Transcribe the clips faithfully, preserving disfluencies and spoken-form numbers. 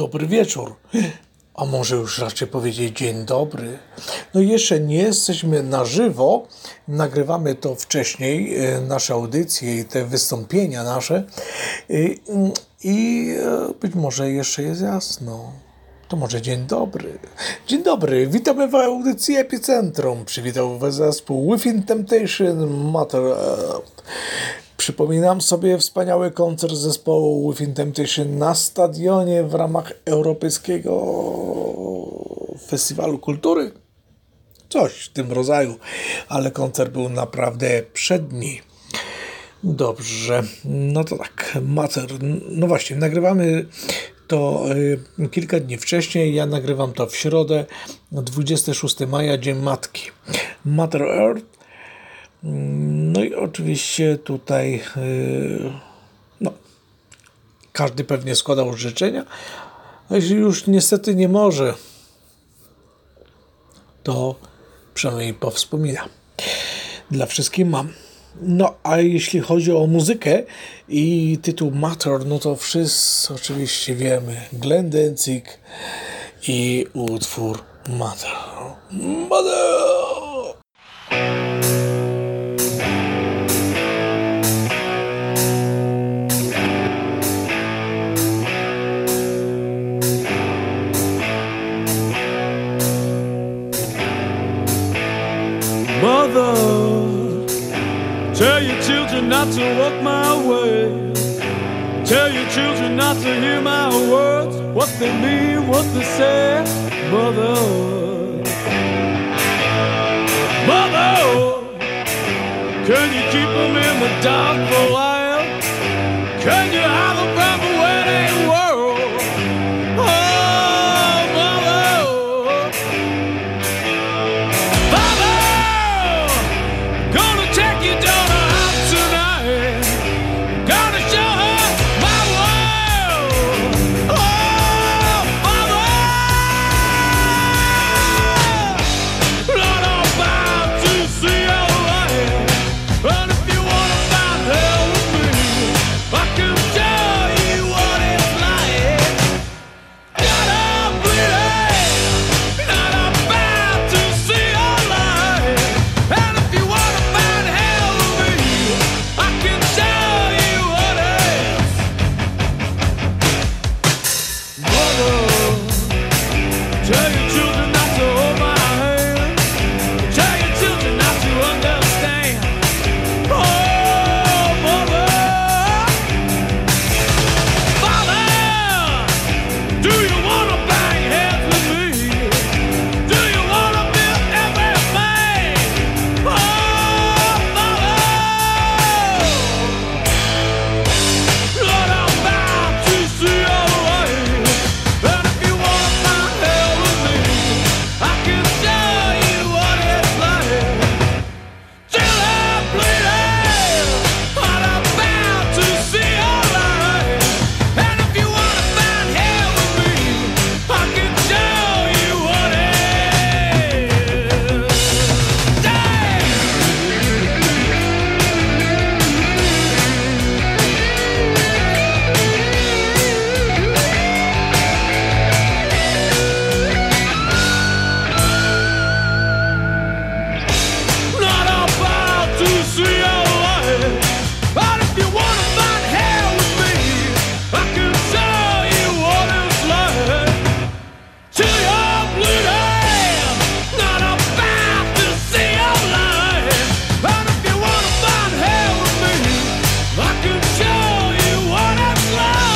dobry wieczór. A może już raczej powiedzieć dzień dobry. No jeszcze nie jesteśmy na żywo, nagrywamy to wcześniej, nasze audycje i te wystąpienia nasze i, i być może jeszcze jest jasno. To może dzień dobry. Dzień dobry, witamy w audycji Epicentrum. Przywitał Was zespół Within Temptation Matter. Przypominam sobie wspaniały koncert zespołu Within Temptation na stadionie w ramach Europejskiego Festiwalu Kultury. Coś w tym rodzaju, ale koncert był naprawdę przedni. Dobrze, no to tak, Matter. No właśnie, nagrywamy to y, kilka dni wcześniej. Ja nagrywam to w środę, dwudziestego szóstego maja, Dzień Matki. Mother Earth. No i oczywiście tutaj yy, no, każdy pewnie składał życzenia, a jeśli już niestety nie może, to przynajmniej powspomina. Dla wszystkich mam. No a jeśli chodzi o muzykę i tytuł Matter, no to wszyscy oczywiście wiemy. Glenn Danzig i utwór Matter. Mother! Mother, tell your children not to walk my way. Tell your children not to hear my words, what they mean, what they say. Mother, Mother, can you keep them in the dark for a while? Can you hide them from the wedding world? Oh, Mother, Father, gonna take your daughter out tonight. Gonna show her my world. Oh, Father, not about to see your light. And if you wanna find hell with me, I can show you what it's like. Not a bleeding, not about to see your light. And if you wanna find hell with me, I can show you what it's. Mother, tell your children not to hold my hand. Tell your children not to understand. Oh, Mother, Father, do you wanna bang heads with me? Do you wanna build everything? Oh, Father, Lord, I'm about to see your light. And if you wanna find hell with me, I can show you what it's like. Till I'm bleeding, I'm about to see your light. And if you wanna find hell with me, I can show you what it is. Damn! Not about to see your light. But if you wanna find hell with me, I can show you what it's like. Till you're bleeding, not about to see your light. And if you wanna find hell with me, I can show you what it's like.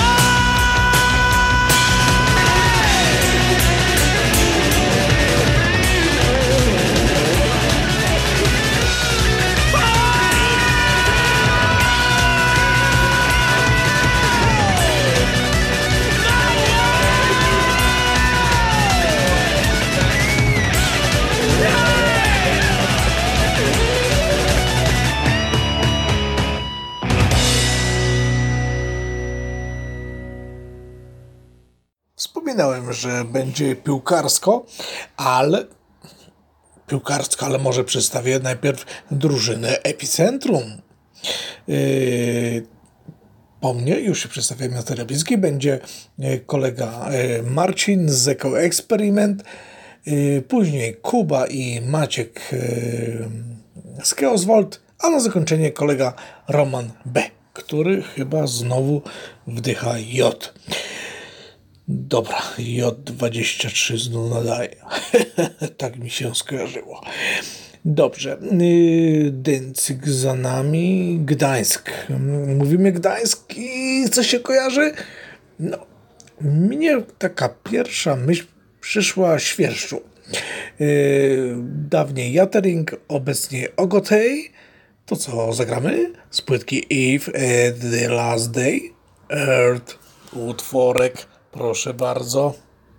Wspominałem, że będzie piłkarsko, ale piłkarsko, ale może przedstawię najpierw drużynę Epicentrum. Yy, po mnie, już się przedstawiam na telewizji, będzie kolega Marcin z Eko Experiment, później Kuba i Maciek z Chaosvolt, a na zakończenie kolega Roman B, który chyba znowu wdycha J. Dobra, J dwadzieścia trzy znów nadaje. Tak mi się skojarzyło. Dobrze, Dęcyk za nami, Gdańsk. Mówimy Gdańsk i co się kojarzy? No, mnie taka pierwsza myśl przyszła Świerszczu. Dawniej Jatering, obecnie Ogotej. To co, zagramy? Z płytki Eve at the Last Day. Earth, utworek, proszę bardzo.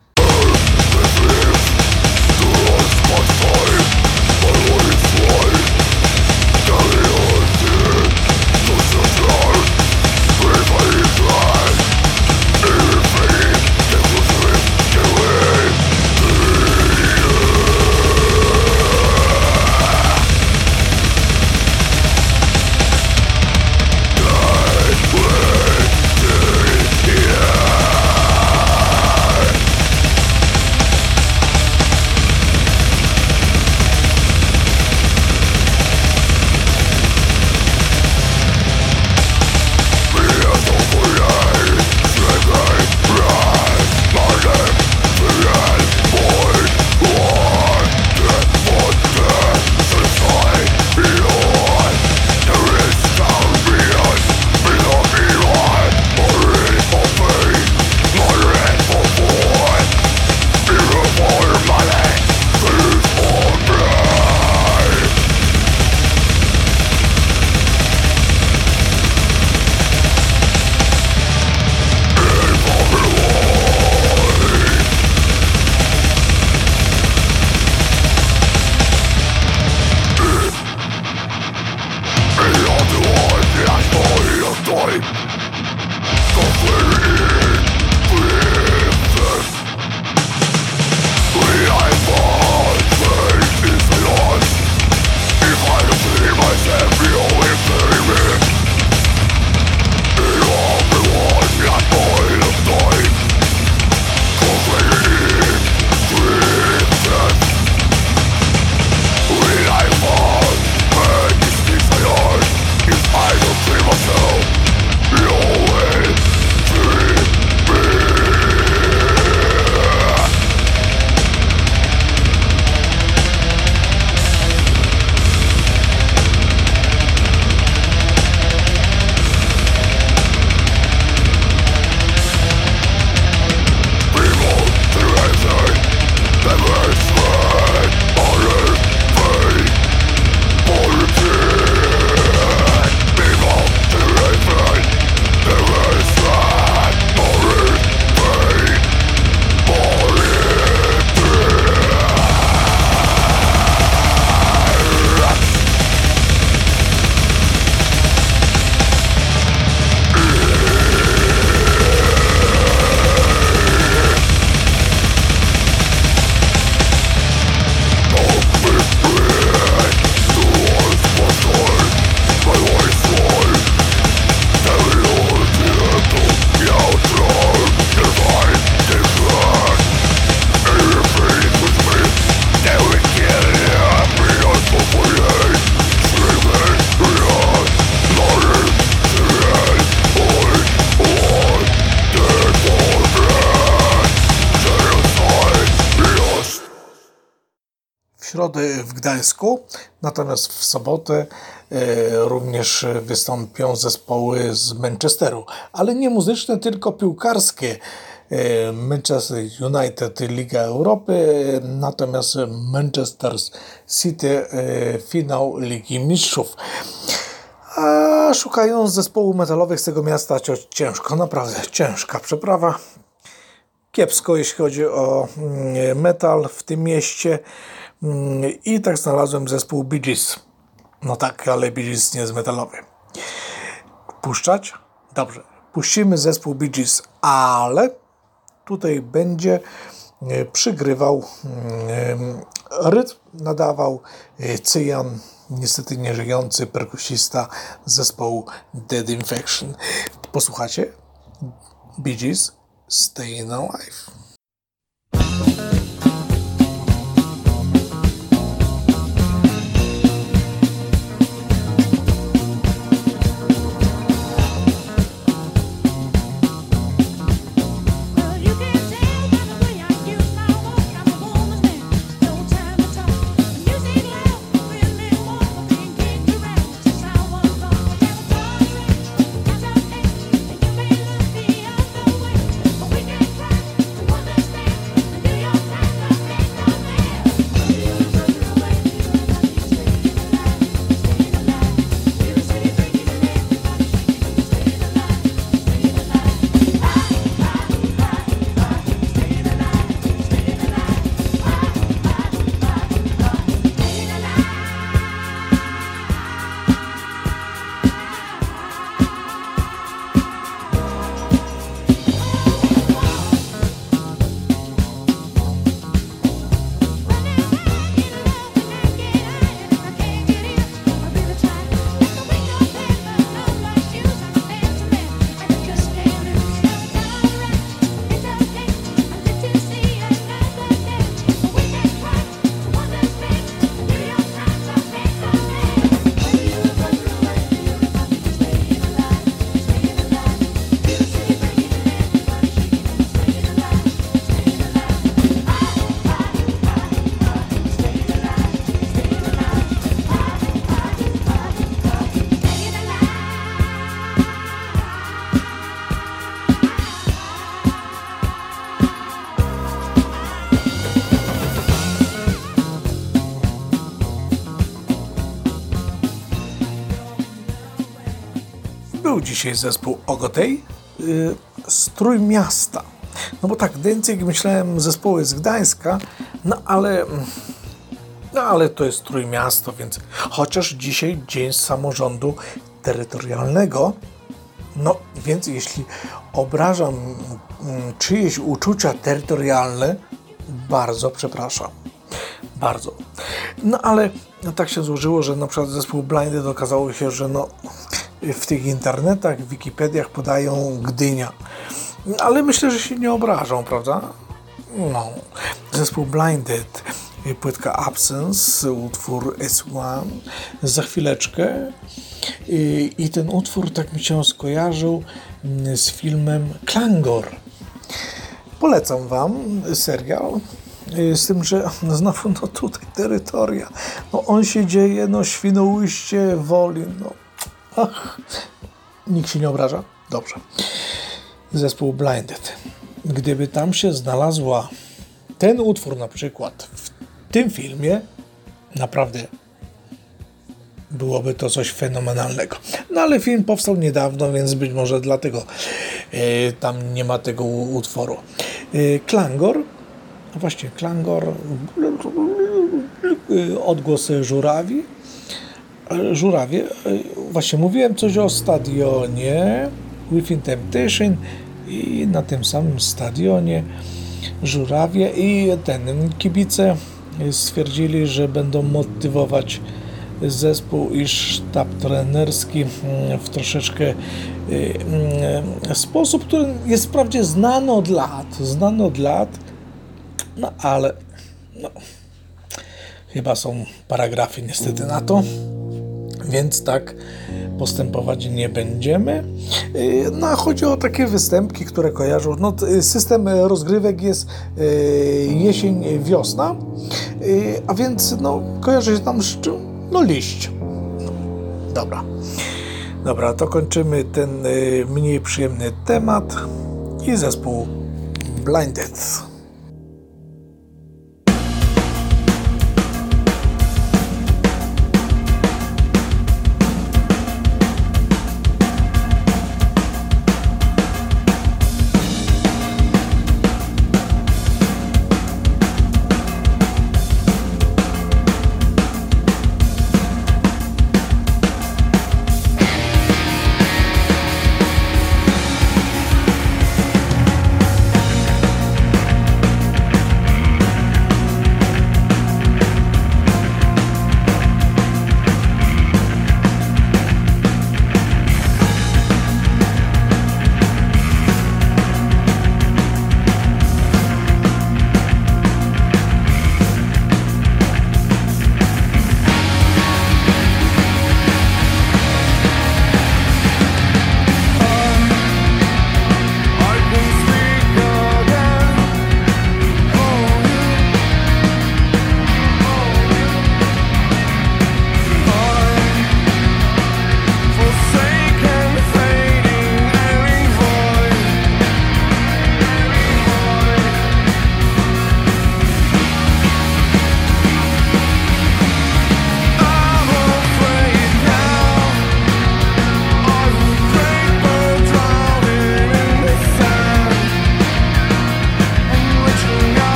środę w Gdańsku, natomiast w sobotę e, również wystąpią zespoły z Manchesteru, ale nie muzyczne, tylko piłkarskie. E, Manchester United Liga Europy, natomiast Manchester City e, finał Ligi Mistrzów. A szukając zespołów metalowych z tego miasta, ciężko, naprawdę ciężka przeprawa. Kiepsko, jeśli chodzi o metal w tym mieście. I tak znalazłem zespół Bee Gees. No tak, ale Bee Gees nie jest metalowy. Puszczać? Dobrze. Puścimy zespół Bee Gees, ale tutaj będzie przygrywał rytm, nadawał cyjan niestety nieżyjący perkusista zespołu Dead Infection. Posłuchacie? Bee Gees, Staying Alive. Był dzisiaj zespół Ogotej, yy, z Trójmiasta. No bo tak, Dęcyk, myślałem, zespoły z Gdańska, no ale, no ale to jest Trójmiasto, więc chociaż dzisiaj Dzień Samorządu Terytorialnego, no więc jeśli obrażam mm, czyjeś uczucia terytorialne, bardzo przepraszam. Bardzo. No ale no, tak się złożyło, że na przykład zespół Blinded okazało się, że no w tych internetach, w Wikipediach podają Gdynia. Ale myślę, że się nie obrażą, prawda? No. Zespół Blinded, płytka Absence, utwór S jeden, za chwileczkę. I, i ten utwór tak mi się skojarzył z filmem Klangor. Polecam wam serial. Z tym, że znowu no tutaj terytoria. No on się dzieje, no Świnoujście, Wolin, no. Ach, nikt się nie obraża? Dobrze. Zespół Blinded. Gdyby tam się znalazła ten utwór na przykład w tym filmie, naprawdę byłoby to coś fenomenalnego. No ale film powstał niedawno, więc być może dlatego e, tam nie ma tego utworu. E, Klangor, właśnie Klangor, odgłos żurawi. Żurawie, właśnie mówiłem coś o stadionie Within Temptation i na tym samym stadionie żurawie i ten kibice stwierdzili, że będą motywować zespół i sztab trenerski w troszeczkę sposób, który jest wprawdzie znany od lat, znany od lat, no ale no, chyba są paragrafy niestety na to. Więc tak postępować nie będziemy. No, chodzi o takie występki, które kojarzą. No, system rozgrywek jest jesień, wiosna, a więc no, kojarzy się tam z czym? No liść. No, dobra. Dobra, to kończymy ten mniej przyjemny temat i zespół Blinded.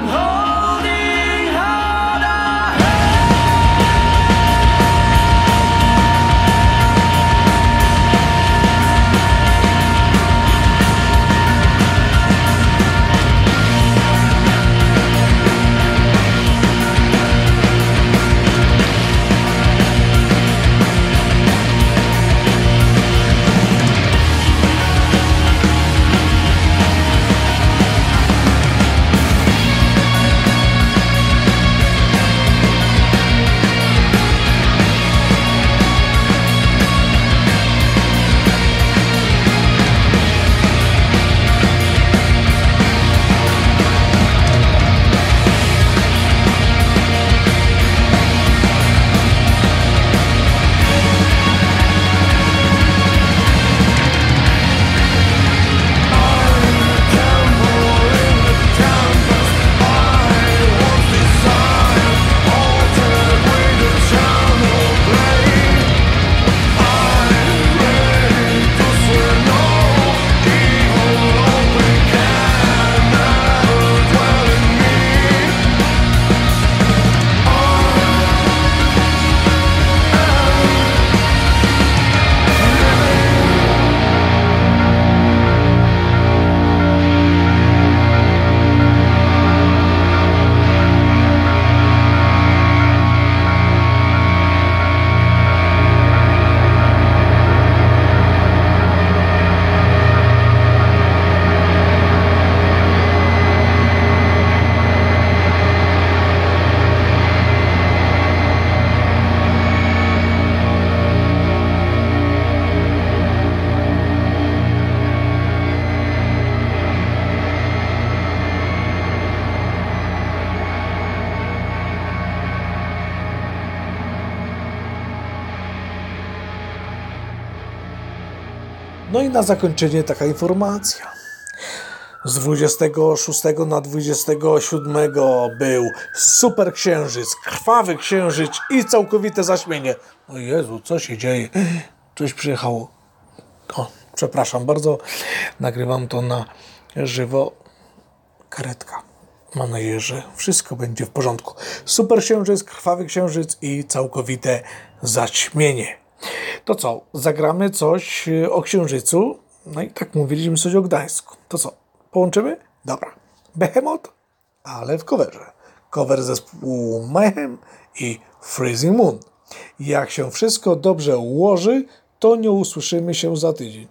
holding harder. No i na zakończenie taka informacja. Z dwudziestego szóstego na dwudziestego siódmego był super księżyc, krwawy księżyc i całkowite zaćmienie. O Jezu, co się dzieje? Coś przyjechało. O, przepraszam bardzo, nagrywam to na żywo. Karetka. Mam nadzieję, że wszystko będzie w porządku. Super księżyc, krwawy księżyc i całkowite zaćmienie. To co? Zagramy coś o księżycu. No i tak mówiliśmy coś o Gdańsku. To co? Połączymy? Dobra. Behemoth, ale w coverze. Cover zespołu Mayhem i Freezing Moon. Jak się wszystko dobrze ułoży, to nie usłyszymy się za tydzień.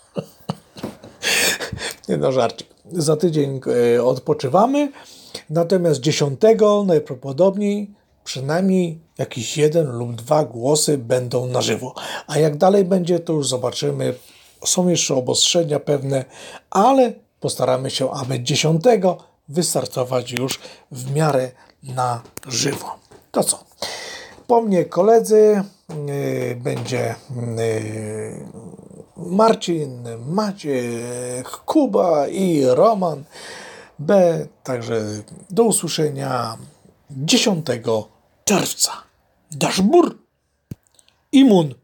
Nie no, żarcik. Za tydzień e, odpoczywamy. Natomiast dziesiątego najprawdopodobniej przynajmniej jakiś jeden lub dwa głosy będą na żywo. A jak dalej będzie, to już zobaczymy. Są jeszcze obostrzenia pewne, ale postaramy się, aby dziesiątego wystartować już w miarę na żywo. To co? Po mnie koledzy yy, będzie yy, Marcin, Maciek, Kuba i Roman B. Także do usłyszenia dziesiątego czerwca. Daszbur i Mun.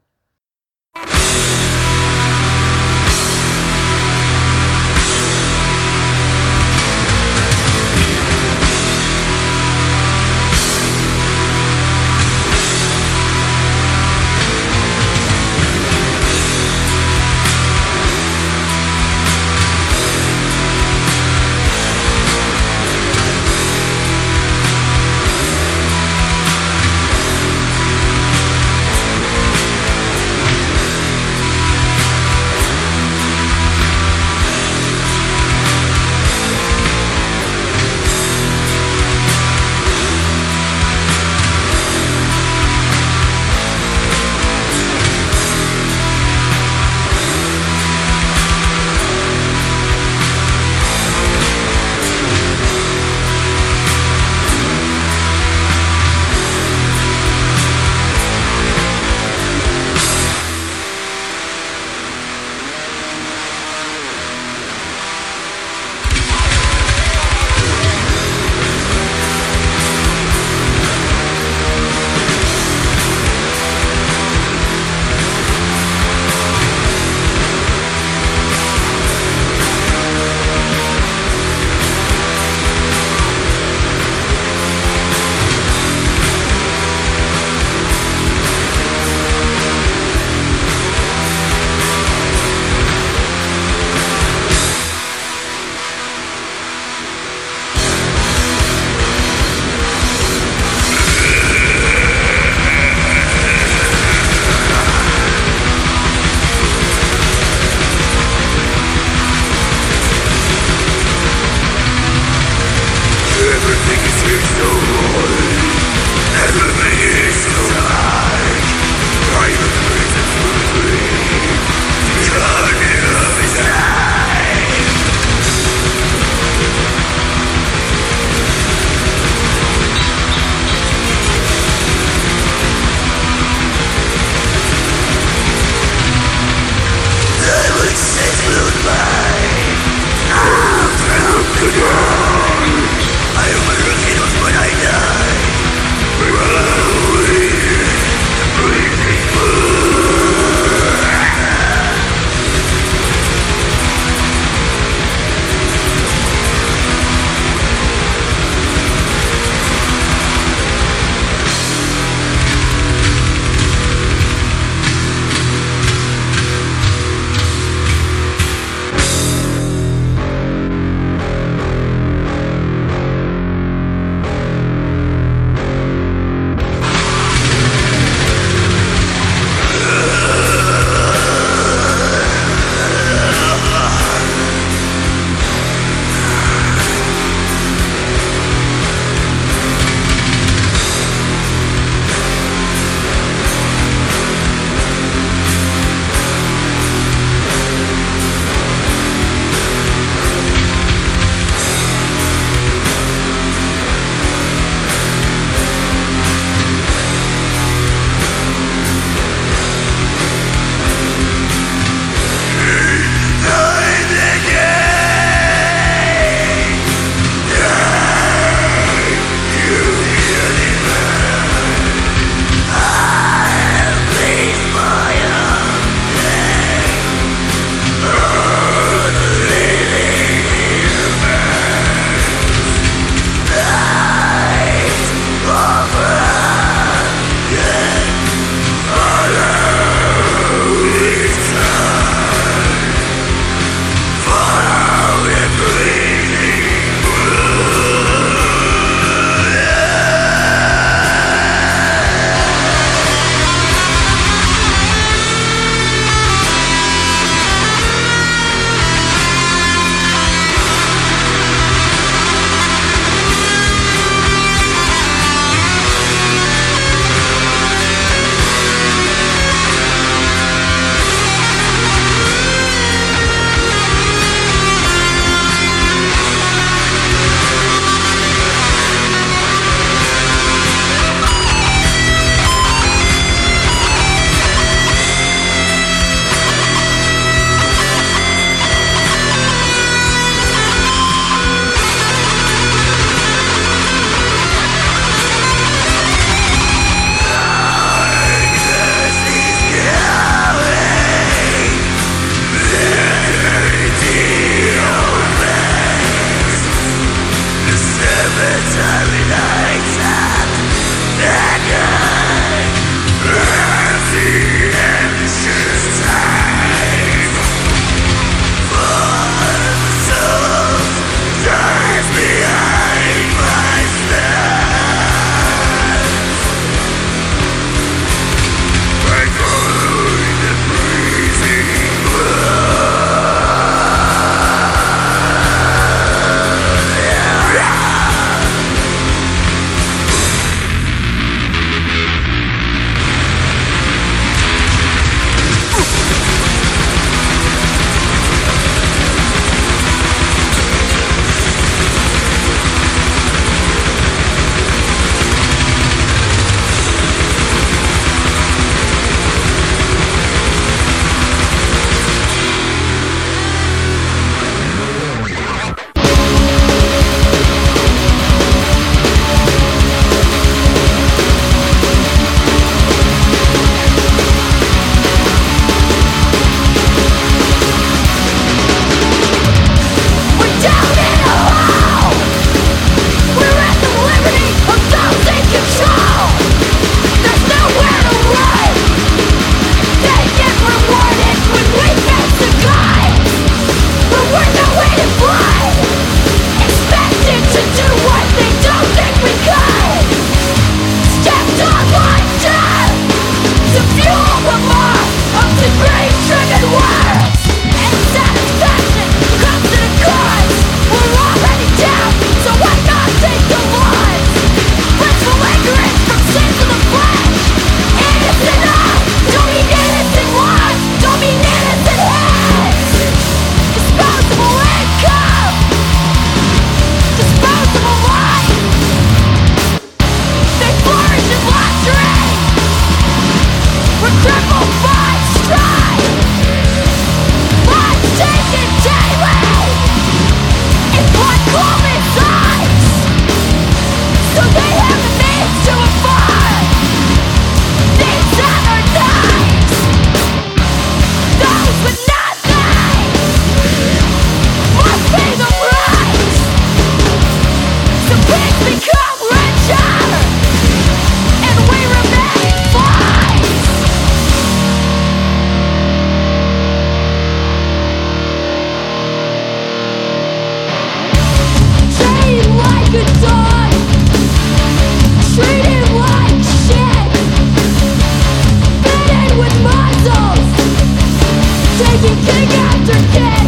taking kick after kick.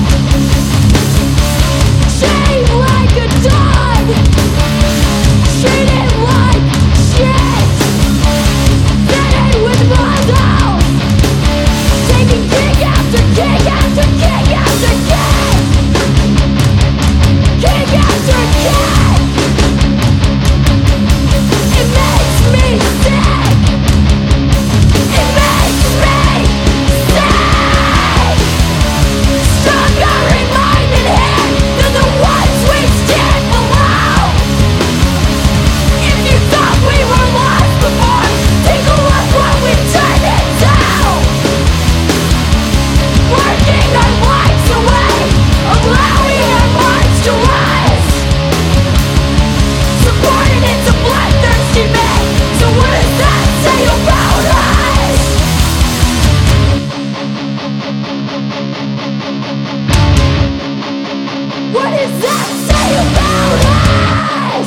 Shame like a dog, treated like shit. Fitted with muscle, taking kick after kick after kick after kick. Kick after kick. It makes me sick. It makes me sick. Stronger in mind and head than the ones we stand below. If you thought we were lost before, take a look what we turned into. Working our lives away, allowing our minds to rise. Supported into bloodthirsty men. So what does that say about us? What does that say about us?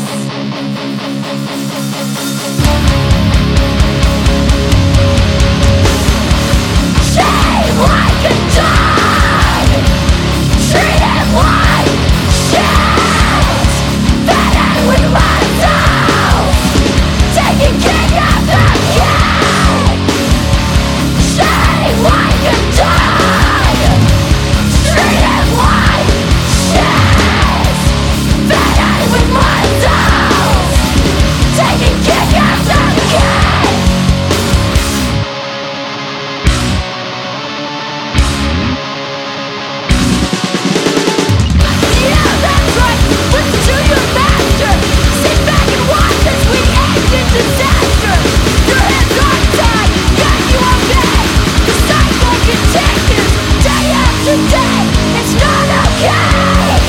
Shame like a dog, treated like shit. Fitted with muscles, taking kick after kick. Shame like a dog, treated like shit. Fitted with muscles, taking kick after kick. Yeah, that's right. Listen to your master. Sit back and watch as we end in disaster. Your hands are tied, yet you obey. The cycle continues day after day. It's not okay.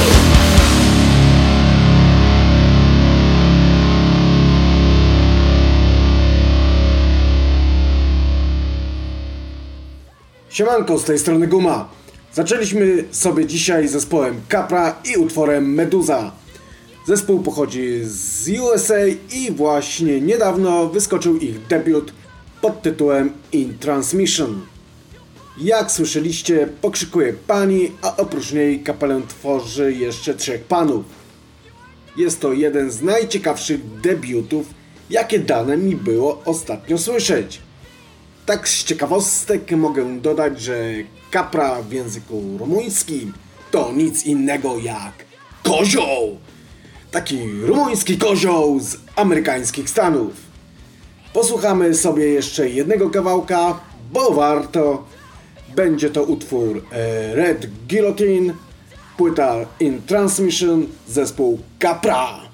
Siemanko, z tej strony Guma. Zaczęliśmy sobie dzisiaj z zespołem Capra i utworem Meduza. Zespół pochodzi z U S A i właśnie niedawno wyskoczył ich debiut pod tytułem In Transmission. Jak słyszeliście, pokrzykuje pani, a oprócz niej kapelę tworzy jeszcze trzech panów. Jest to jeden z najciekawszych debiutów, jakie dane mi było ostatnio słyszeć. Tak z ciekawostek mogę dodać, że Capra w języku rumuńskim to nic innego jak kozioł. Taki rumuński kozioł z amerykańskich Stanów. Posłuchamy sobie jeszcze jednego kawałka, bo warto. Będzie to utwór e, Red Guillotine, płyta In Transmission, zespół Capra.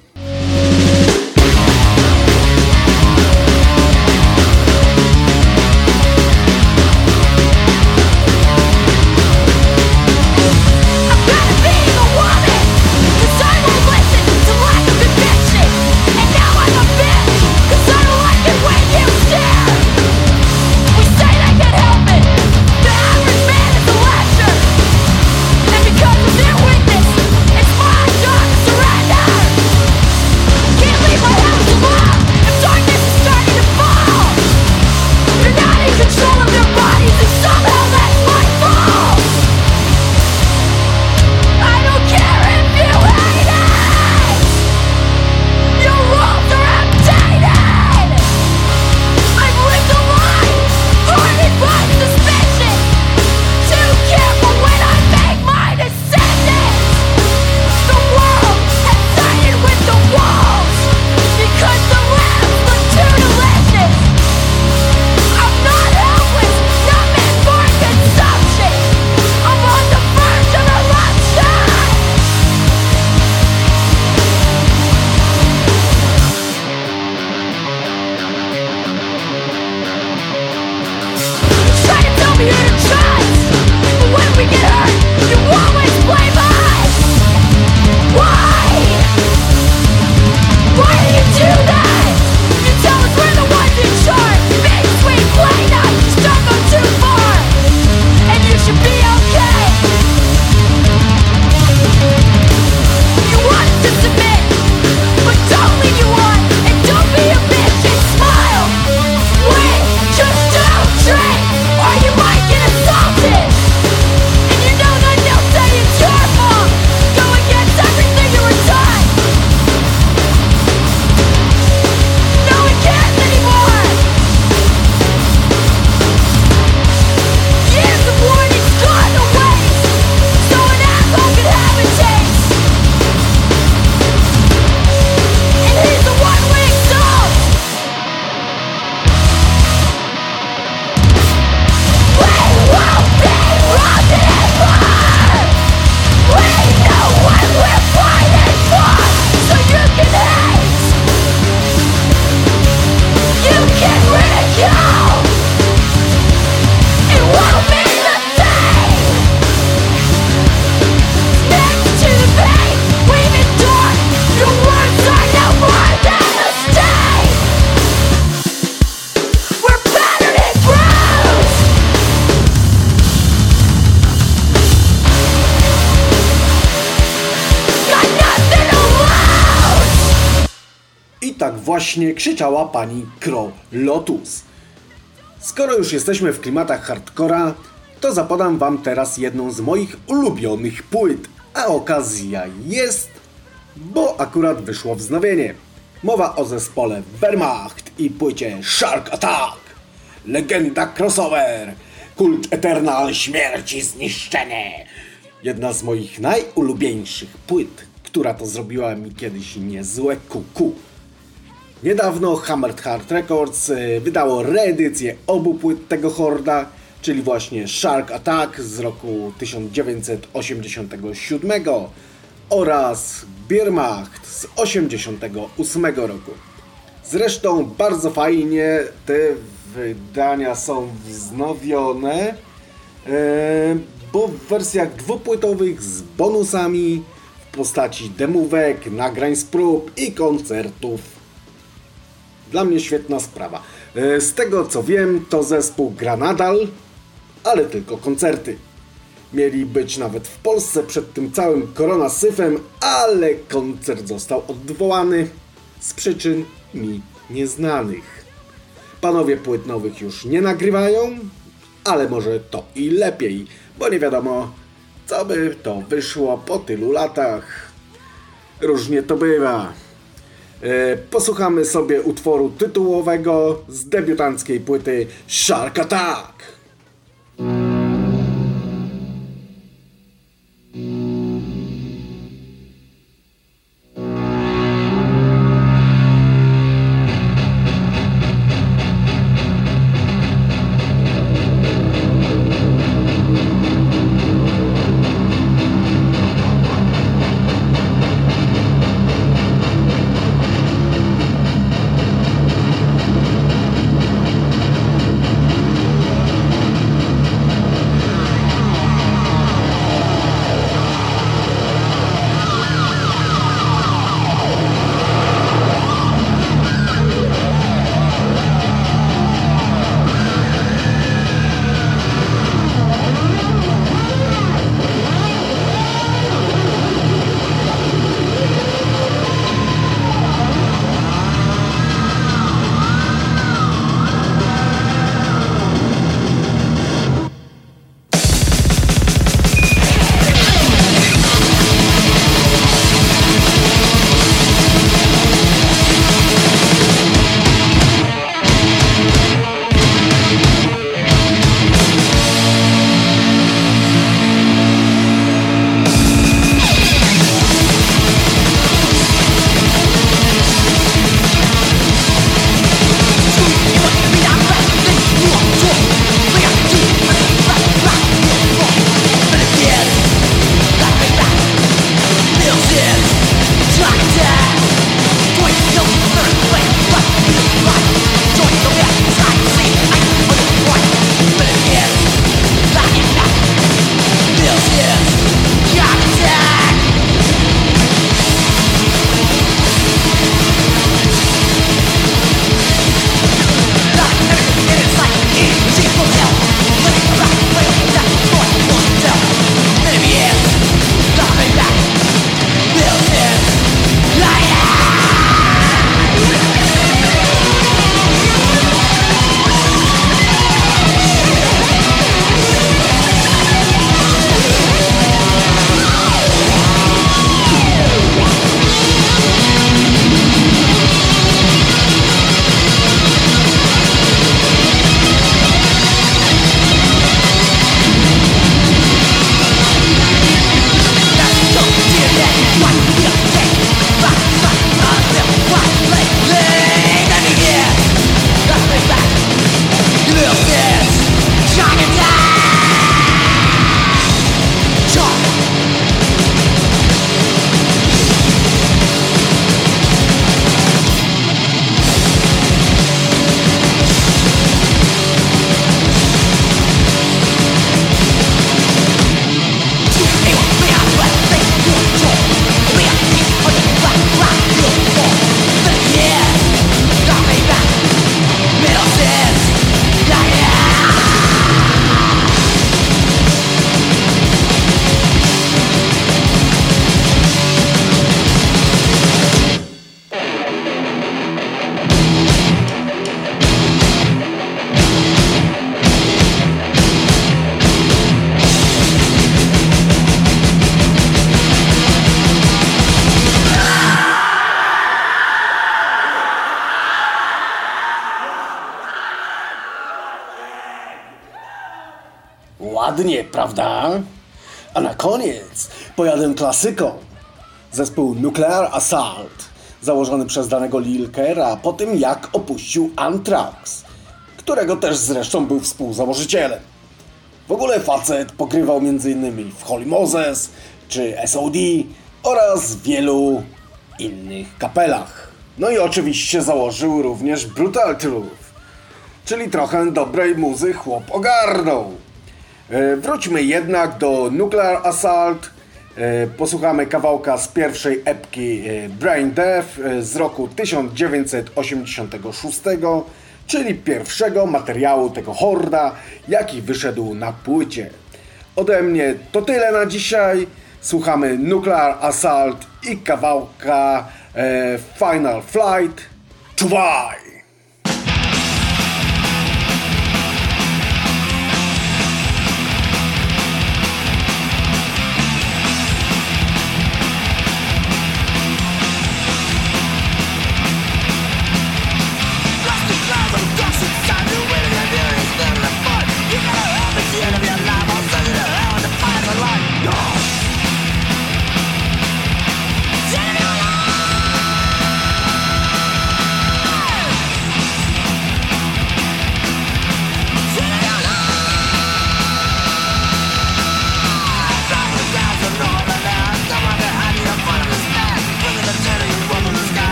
And because of their weakness, it's my job to surrender. tak właśnie krzyczała pani Crow Lotus. Skoro już jesteśmy w klimatach hardcora, to zapodam wam teraz jedną z moich ulubionych płyt, a okazja jest, bo akurat wyszło wznowienie. Mowa o zespole Wehrmacht i płycie Shark Attack. Legenda crossover. Kult Eternal śmierci zniszczenie. Jedna z moich najulubieńszych płyt, która to zrobiła mi kiedyś niezłe kuku. Niedawno Hammered Heart Records wydało reedycję obu płyt tego horda, czyli właśnie Shark Attack z roku tysiąc dziewięćset osiemdziesiątego siódmego oraz Wehrmacht z osiemdziesiątego ósmego roku. Zresztą bardzo fajnie te wydania są wznowione, bo w wersjach dwupłytowych z bonusami w postaci demówek, nagrań z prób i koncertów. Dla mnie świetna sprawa. Z tego co wiem, to zespół gra nadal, ale tylko koncerty. Mieli być nawet w Polsce przed tym całym koronasyfem, ale koncert został odwołany z przyczyn mi nieznanych. Panowie płyt nowych już nie nagrywają, ale może to i lepiej, bo nie wiadomo, co by to wyszło po tylu latach. Różnie to bywa. E, posłuchamy sobie utworu tytułowego z debiutanckiej płyty Shark Attack. Shark ładnie, prawda? A na koniec pojadę klasyką. Zespół Nuclear Assault, założony przez danego Lilkera po tym, jak opuścił Anthrax, którego też zresztą był współzałożycielem. W ogóle facet pogrywał między innymi w Holy Moses czy S O D oraz wielu innych kapelach. No i oczywiście założył również Brutal Truth, czyli trochę dobrej muzy chłop ogarnął. E, wróćmy jednak do Nuclear Assault. E, posłuchamy kawałka z pierwszej epki e, Brain Death e, z roku tysiąc dziewięćset osiemdziesiątego szóstego, czyli pierwszego materiału tego horda, jaki wyszedł na płycie. Ode mnie to tyle na dzisiaj. Słuchamy Nuclear Assault i kawałka e, Final Flight. Czuwaj!